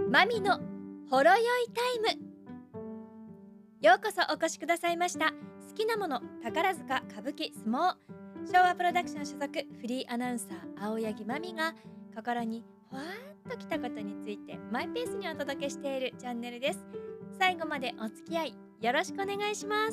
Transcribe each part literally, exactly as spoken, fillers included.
マミのほろ酔いタイム。ようこそお越しくださいました。好きなもの、宝塚、歌舞伎、相撲、昭和プロダクション所属フリーアナウンサー青柳まみが心にほわーっときたことについてマイペースにお届けしているチャンネルです。最後までお付き合いよろしくお願いします。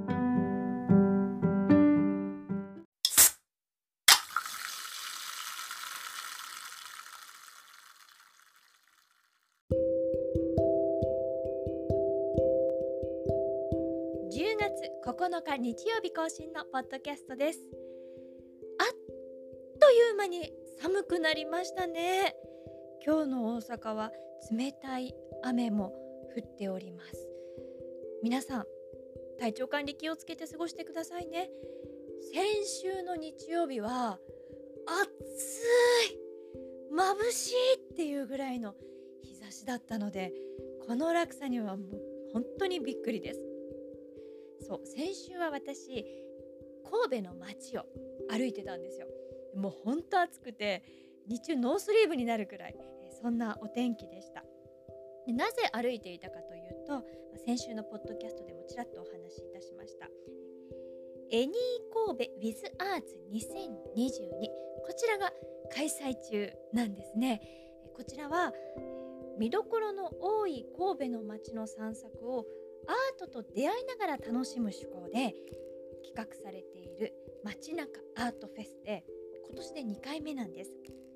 じゅうがつここのか日曜日更新のポッドキャストです。あっという間に寒くなりましたね。今日の大阪は冷たい雨も降っております。皆さん体調管理気をつけて過ごしてくださいね。先週の日曜日は暑い、眩しいっていうぐらいの日差しだったので、この落差にはもう本当にびっくりです。そう、先週は私神戸の街を歩いてたんですよ。もう本当暑くて日中ノースリーブになるくらい、えーそんなお天気でした。でなぜ歩いていたかというと、先週のポッドキャストでもちらっとお話しいたしましたエニー神戸 with アーツにせんにじゅうに、こちらが開催中なんですね。こちらは見どころの多い神戸の街の散策をアートと出会いながら楽しむ趣向で企画されている街中アートフェスで、今年でにかいめなんです。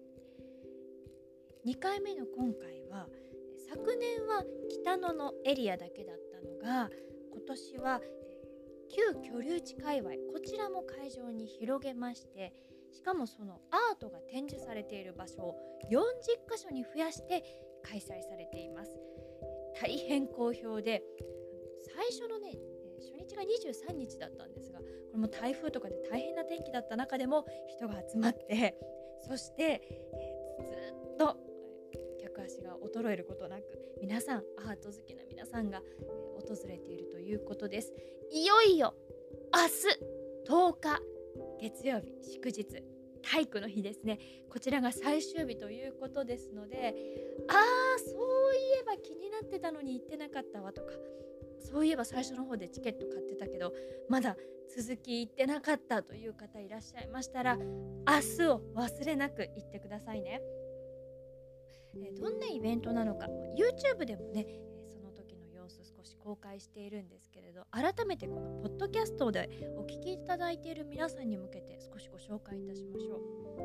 にかいめの今回は、昨年は北野のエリアだけだったのが、今年は旧居留地界隈、こちらも会場に広げまして、しかもそのアートが展示されている場所をよんじゅっかしょに増やして開催されています。大変好評で、最初のね初日がにじゅうさんにちだったんですが、これも台風とかで大変な天気だった中でも人が集まって、そして、えー、ずっと客足が衰えることなく、皆さんアート好きな皆さんが、えー訪れているということです。いよいよ明日とおか月曜日、祝日体育の日ですね。こちらが最終日ということですので、あーそういえば気になってたのに行ってなかったわとか、そういえば最初の方でチケット買ってたけどまだ続き行ってなかったという方いらっしゃいましたら、明日を忘れなく行ってくださいね。えーどんなイベントなのか YouTube でもね、えーその時の様子少し公開しているんですけれど、改めてこのポッドキャストでお聞きいただいている皆さんに向けて少しご紹介いたしましょう。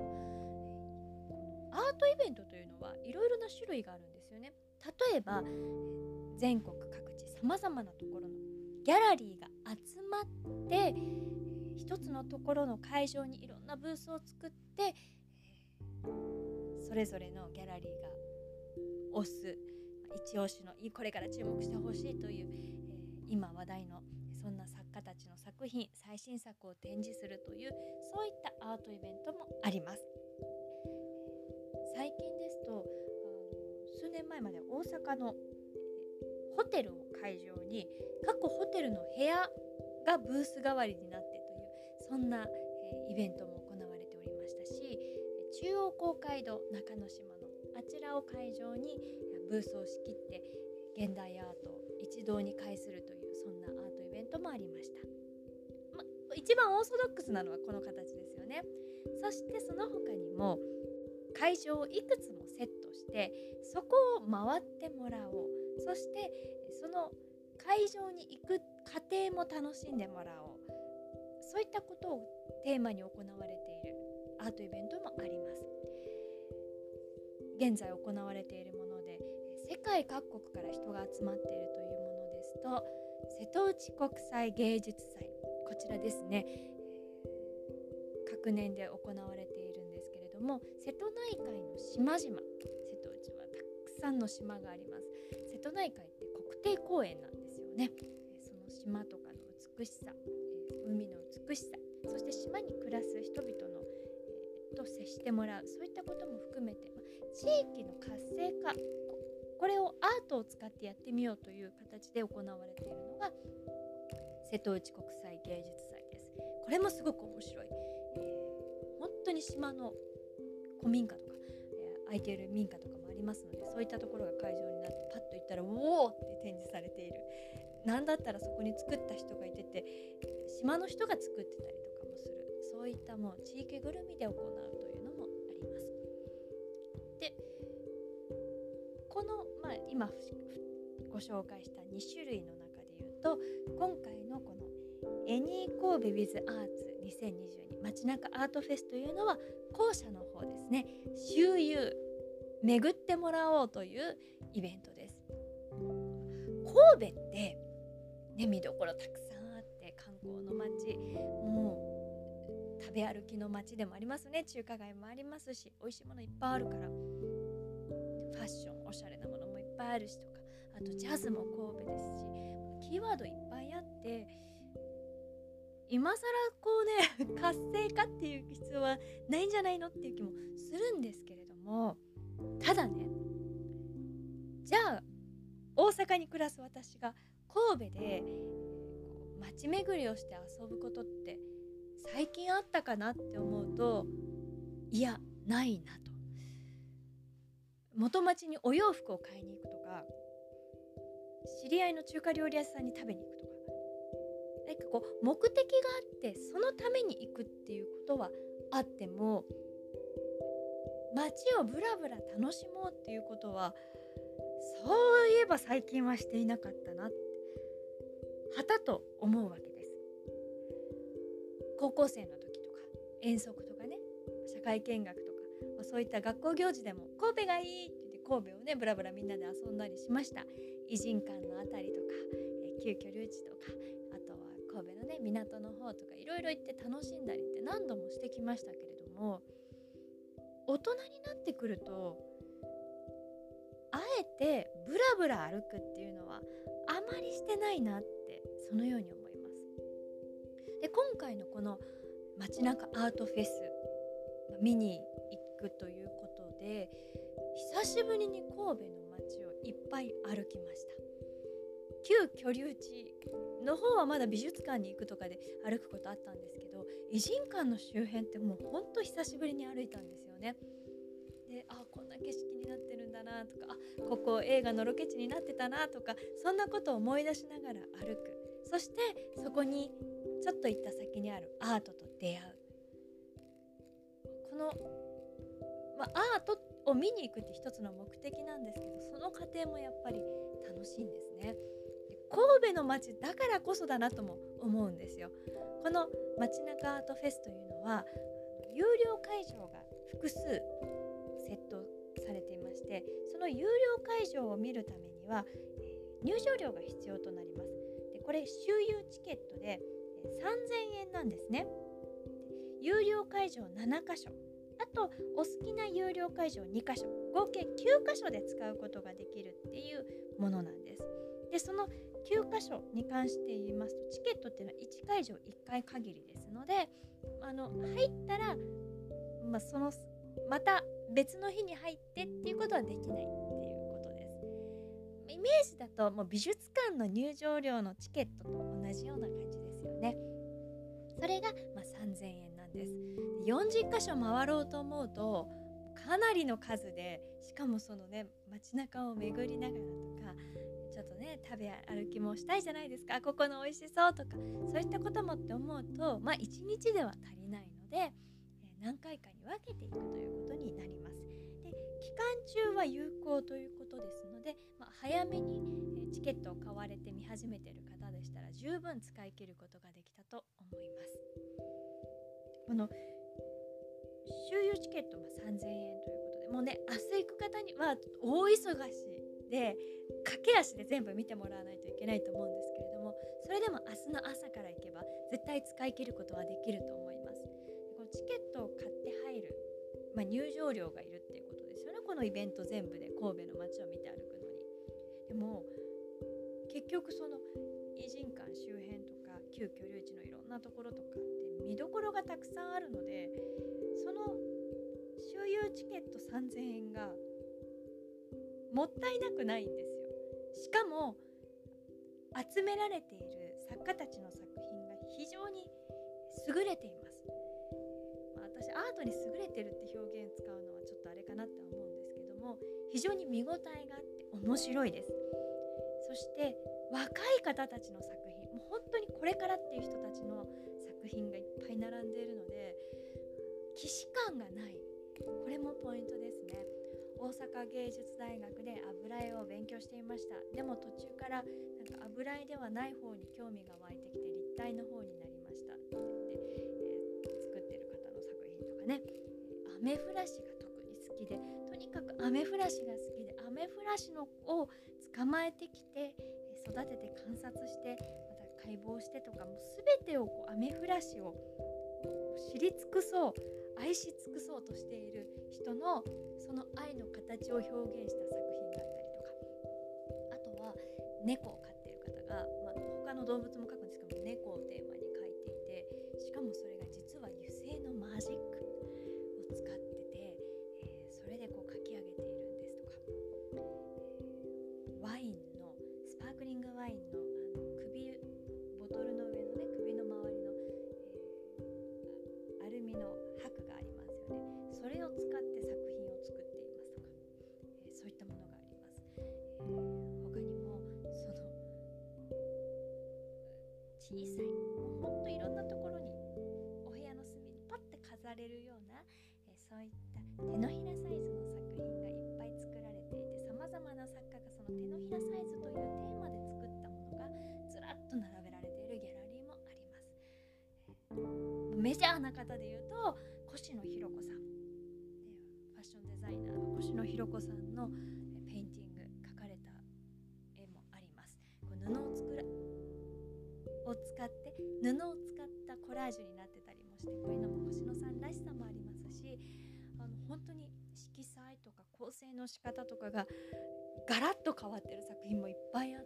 アートイベントというのはいろいろな種類があるんですよね。例えば全国各地さまざまなところのギャラリーが集まって、えー一つのところの会場にいろんなブースを作って、えーそれぞれのギャラリーが推す一押しのこれから注目してほしいという、えー今話題のそんな作家たちの作品、最新作を展示するという、そういったアートイベントもあります。最近ですと、あの数年前まで大阪のホテルを会場に各ホテルの部屋がブース代わりになってという、そんな、えーイベントも行われておりましたし、中央公会堂中之島のあちらを会場にブースを仕切って現代アートを一堂に会するという、そんなアートイベントもありました。ま、一番オーソドックスなのはこの形ですよね。そしてその他にも会場をいくつもセットして、そこを回ってもらおう、そしてその会場に行く過程も楽しんでもらおう、そういったことをテーマに行われているアートイベントもあります。現在行われているもので、世界各国から人が集まっているというものですと、瀬戸内国際芸術祭、こちらですね、各年で行われているんですけれども、瀬戸内海の島々、瀬戸内はたくさんの島があります。瀬戸内海って国定公園なんですよね。その島とかの美しさ、海の美しさ、そして島に暮らす人々の、えー、と接してもらう、そういったことも含めて、地域の活性化、これをアートを使ってやってみようという形で行われているのが瀬戸内国際芸術祭です。これもすごく面白い、えー、本当に島の古民家とか、え空いている民家とかもありますので、そういったところが会場になってパッと行ったらおおって展示されている、なんだったらそこに作った人がいてて島の人が作ってたりとかもする、そういったもう地域ぐるみで行うというのもあります。でこの、まあ、今ご紹介したに種類の中でいうと、今回のこのエニー神戸 with アーツにせんにじゅうに街中アートフェスというのは後者の方ですね、周遊巡ってもらおうというイベントです。神戸ってね、見どころたくさんあって観光の街、もう食べ歩きの街でもありますね。中華街もありますし、美味しいものいっぱいあるから、ファッションおしゃれなものもいっぱいあるしとか、あとジャズも神戸ですし、キーワードいっぱいあって、今更こうね活性化っていう必要はないんじゃないのっていう気もするんですけれども、ただね、じゃあ大阪に暮らす私が神戸で街巡りをして遊ぶことって最近あったかなって思うと、いやないなと。元町にお洋服を買いに行くとか、知り合いの中華料理屋さんに食べに行くとか、何かこう目的があってそのために行くっていうことはあっても、街をブラブラ楽しもうっていうことはそういえば最近はしていなかったなってはたと思うわけです。高校生の時とか遠足とかね、社会見学とか、まあ、そういった学校行事でも神戸がいいって言って神戸をねブラブラみんなで遊んだりしました。異人館のあたりとか、え旧居留地とか、あとは神戸のね港の方とか、いろいろ行って楽しんだりって何度もしてきましたけれども、大人になってくるとあえてブラブラ歩くっていうのはあまりしてないなって、そのように思います。で今回のこの街中アートフェス、見に行くということで、久しぶりに神戸の街をいっぱい歩きました。旧居留地の方はまだ美術館に行くとかで歩くことあったんですけど、異人館の周辺ってもうほんと久しぶりに歩いたんですよね。で、あ、こんな景色になってるんだなとか、あ、ここ映画のロケ地になってたなとか、そんなことを思い出しながら歩く。そしてそこにちょっと行った先にあるアートと出会う。この、まあ、アートを見に行くって一つの目的なんですけど、その過程もやっぱり楽しいんですね。で神戸の街だからこそだなとも思うんですよ。この街中アートフェスというのは有料会場が複数セットされていまして、その有料会場を見るためには、えー、入場料が必要となります。でこれ周遊チケットで、えー、さんぜんえんなんですね。有料会場ななかしょ、あとお好きな有料会場にかしょ、合計きゅうかしょで使うことができるっていうものなんです。でそのきゅうかしょに関して言いますと、チケットっていうのはいちかいじょういっかい限りですので、あの入ったら、まあ、そのまた別の日に入ってっていうことはできないっていうことです。イメージだともう美術館の入場料のチケットと同じような感じですよね。それが、まあ、さんぜんえんなんです。よんじゅっかしょ回ろうと思うとかなりの数で、しかもそのね街中を巡りながらとか、ちょっとね食べ歩きもしたいじゃないですか。ここの美味しそうとか、そういったこともって思うと、まあいちにちでは足りないので、えー、何回かに分けていくということになります。で期間中は有効ということですので、まあ、早めに、えー、チケットを買われて見始めている方でしたら十分使い切ることができたと思います。この周遊チケットもさんぜんえんということで、もうね明日行く方には大忙しで駆け足で全部見てもらわないといけないと思うんですけれども、それでも明日の朝から行けば絶対使い切ることはできると思います。でこのチケットを買って入る、まあ、入場料がいるっていうことですよね。このイベント全部で神戸の街を見て歩くのに。でも結局その異人館周辺とか旧居留地のいろんなところとかって見どころがたくさんあるので、その周遊チケットさんぜんえんがもったいなくないんですよ。しかも集められている作家たちの作品が非常に優れています。まあ、私アートに優れてるって表現使うのはちょっとあれかなって思うんで非常に見応えがあって面白いです。そして若い方たちの作品、もう本当にこれからっていう人たちの作品がいっぱい並んでいるので、既視感がない、これもポイントですね。大阪芸術大学で油絵を勉強していました。でも途中からなんか油絵ではない方に興味が湧いてきて立体の方になりましたって言って、えー、作ってる方の作品とかね、アメフラシが特に好きで、とにかくアメフラシが好きで、アメフラシのを捕まえてきて育てて観察して、また解剖してとか、もう全てをこうアメフラシを知り尽くそう、愛し尽くそうとしている人のその愛の形を表現した作品があったりとか、あとは猫を飼っている方が、まあ、他の動物も描くんですけども、猫をテーマに描いていて、しかもそれが実は油性のマジックを使ってて、えー、それでこう描き上げているんですとか、えー、ワインのスパークリングワインの、あの首ボトルの上のね、首の周りの、えー、アルミの箔がありますよね。それを使って作品を作っていますとか、えー、そういったものがあります。えー、他にもその小さい、もうほんといろんなところにお部屋の隅にパッて飾れるような、えー、そういった手のひらサイズの作品がいっぱい作られていて、さまざまな作家がその手のひらサイズというテーマで作ったものがずらっと並べられているギャラリーもあります。えー、メジャーな方でいうと越野ひろ子さん、ファッションデザイナーの越野ひろ子さんのペインティング、描かれた絵もあります。こう布を作らを使って布を使ったコラージュになってたりもして、こういうのも越野さんらしさもありますし、あの本当に色彩とか構成の仕方とかがガラッと変わってる作品もいっぱいあって、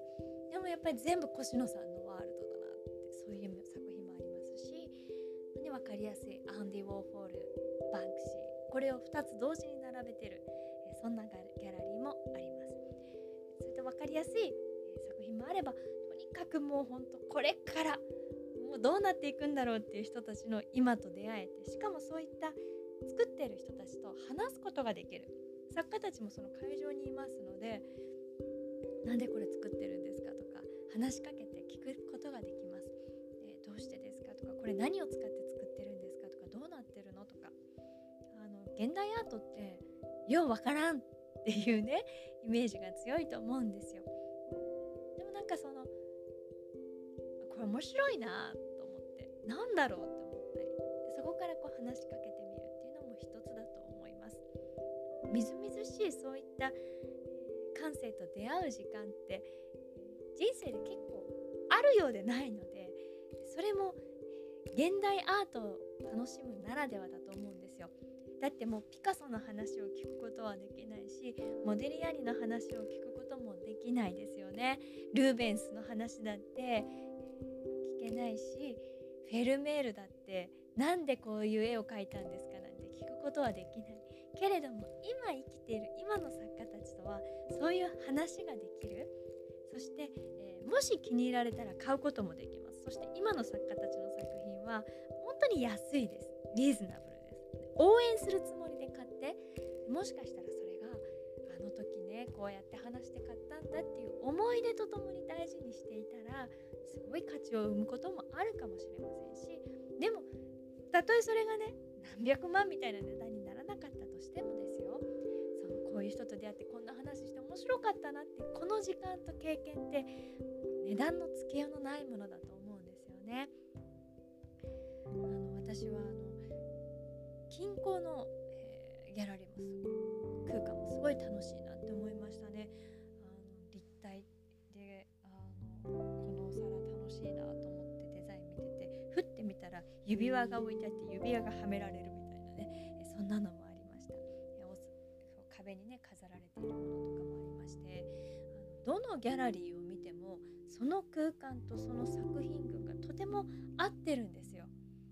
でもやっぱり全部越野さんのワールドだなって、そういう作品もありますし、分かりやすいアンディ・ウォーホール、バンクシー、これをふたつ同時に並べてる、えそんなギャラリーもあります。それと分かりやすい作品もあれば、とにかくもう本当これからもうどうなっていくんだろうっていう人たちの今と出会えて、しかもそういった作っている人たちと話すことができる、作家たちもその会場にいますので、なんでこれ作ってるんですかとか話しかけて聞くことができます。えー、どうしてですかとか、これ何を使って作ってるんですかとか、どうなってるのとか、あの現代アートってようわからんっていうねイメージが強いと思うんですよ。でもなんかそのこれ面白いなと思って、なんだろうって思ったり、そこからこう話しかけてみるっていうのも一つだと思います。みずみずしいそういった感性と出会う時間って人生で結構あるようでないので、それも現代アートを楽しむならではだと思うんですよ。だってもうピカソの話を聞くことはできないし、モデリアリの話を聞くこともできないですよね。ルーベンスの話だって聞けないし、フェルメールだってなんでこういう絵を描いたんですかなんて聞くことはできないけれども、今生きている今の作家たちとはそういう話ができる。そして、えー、もし気に入られたら買うこともできます。そして今の作家たちの作品は本当に安いです。リーズナブルです。応援するつもりで買って、もしかしたらそれがあの時ねこうやって話して買ったんだっていう思い出とともに大事にしていたら、すごい価値を生むこともあるかもしれませんし、でもたとえそれがね何百万みたいな値段にならなかったとしてもですよ、そのこういう人と出会ってこんな話して面白かったなってこの時間と経験って値段のつけようのないものだと思うんですよね。あの私はあの近郊の、えー、ギャラリーもすごい空間もすごい楽しいなって思いましたね。あの立体であのこのお皿楽しいなと思ってデザイン見てて、ふって見たら指輪が置いてあって指輪がはめられるみたいなね、そんなのもありました。壁にね飾られているものとかもありまして、あのどのギャラリーを見てもその空間とその作品群がとても合ってるんですよ。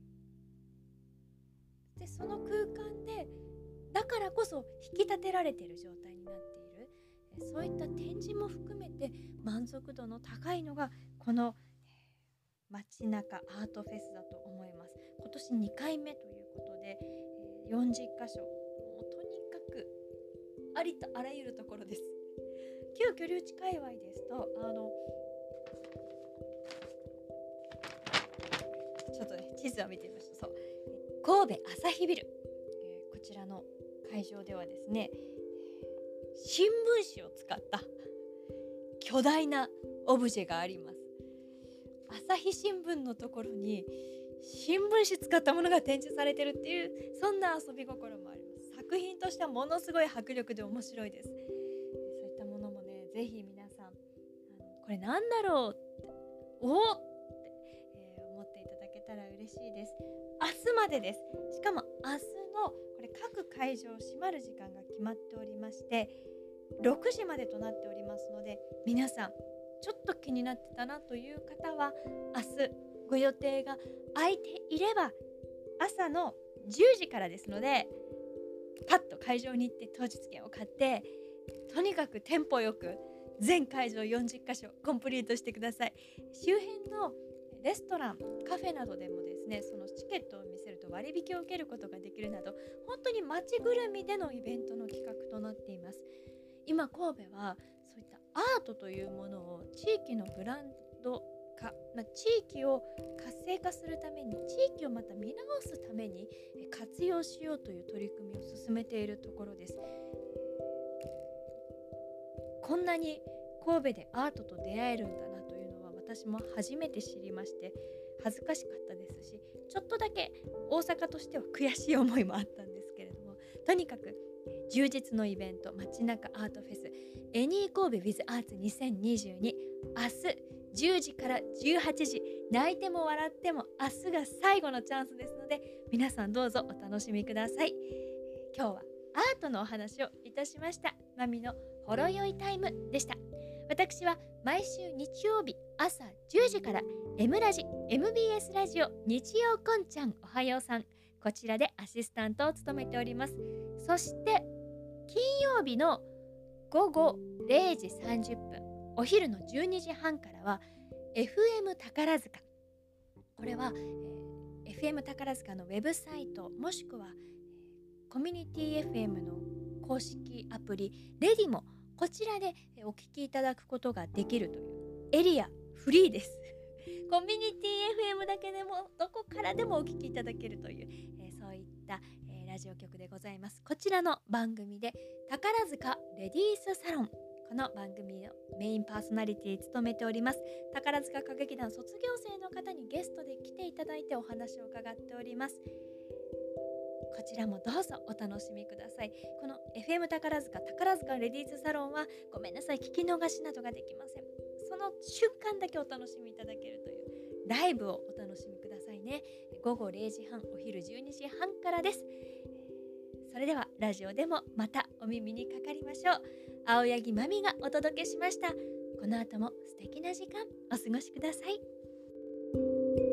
でその空間でだからこそ引き立てられている状態になっている、そういった展示も含めて満足度の高いのがこの街中アートフェスだと思います。今年にかいめということでよんじゅっかしょ、もうとにかくありとあらゆるところです。旧居留地界隈ですと、あのちょっとね地図を見てみました。そう、神戸朝日ビル、えー、こちらの会場ではですね、新聞紙を使った巨大なオブジェがあります。朝日新聞のところに新聞紙使ったものが展示されてるっていう、そんな遊び心もあります。作品としてはものすごい迫力で面白いです。そういったものもね、ぜひ皆さん、あのこれなんだろうっておおって、えー、思っていただけたら嬉しいです。明日までです。しかも明日のこれ各会場閉まる時間が決まっておりまして、ろくじまでとなっておりますので、皆さんちょっと気になってたなという方は明日ご予定が空いていれば朝のじゅうじからですので、パッと会場に行って当日券を買って、とにかくテンポよく全会場よんじゅっかしょコンプリートしてください。周辺のレストラン、カフェなどでもですね、そのチケットを見せると割引を受けることができるなど、本当に街ぐるみでのイベントの企画となっています。今神戸はそういったアートというものを地域のブランド化、まあ、地域を活性化するために、地域をまた見直すために活用しようという取り組みを進めているところです。こんなに神戸でアートと出会えるんだなというのは私も初めて知りまして、恥ずかしかったですし、ちょっとだけ大阪としては悔しい思いもあったんですけれども、とにかく充実のイベント、街中アートフェスエニー神戸 with アーツにせんにじゅうに、明日じゅうじからじゅうはちじ、泣いても笑っても明日が最後のチャンスですので、皆さんどうぞお楽しみください。今日はアートのお話をいたしました。マミのほろ酔いタイムでした。私は毎週日曜日朝じゅうじから M ラジ エムビーエス ラジオ日曜こんちゃんおはようさん、こちらでアシスタントを務めております。そして金曜日のごごれいじさんじゅっぷん、お昼のじゅうにじはんからは エフエム 宝塚、これは、えー、エフエム 宝塚のウェブサイト、もしくは、えー、コミュニティ エフエム の公式アプリレディも、こちらでお聞きいただくことができるというエリアフリーです。コミュニティ エフエム だけでもどこからでもお聞きいただけるという、えー、そういった、えー、ラジオ局でございます。こちらの番組で宝塚レディースサロン、この番組のメインパーソナリティ務めております宝塚歌劇団卒業生の方にゲストで来ていただいてお話を伺っております。こちらもどうぞお楽しみください。この エフエム 宝塚宝塚レディースサロンはごめんなさい、聞き逃しなどができません。その瞬間だけお楽しみいただけるというライブをお楽しみくださいね。ごごれいじはん、お昼じゅうにじはんからです。それではラジオでもまたお耳にかかりましょう。青柳まみがお届けしました。この後も素敵な時間お過ごしください。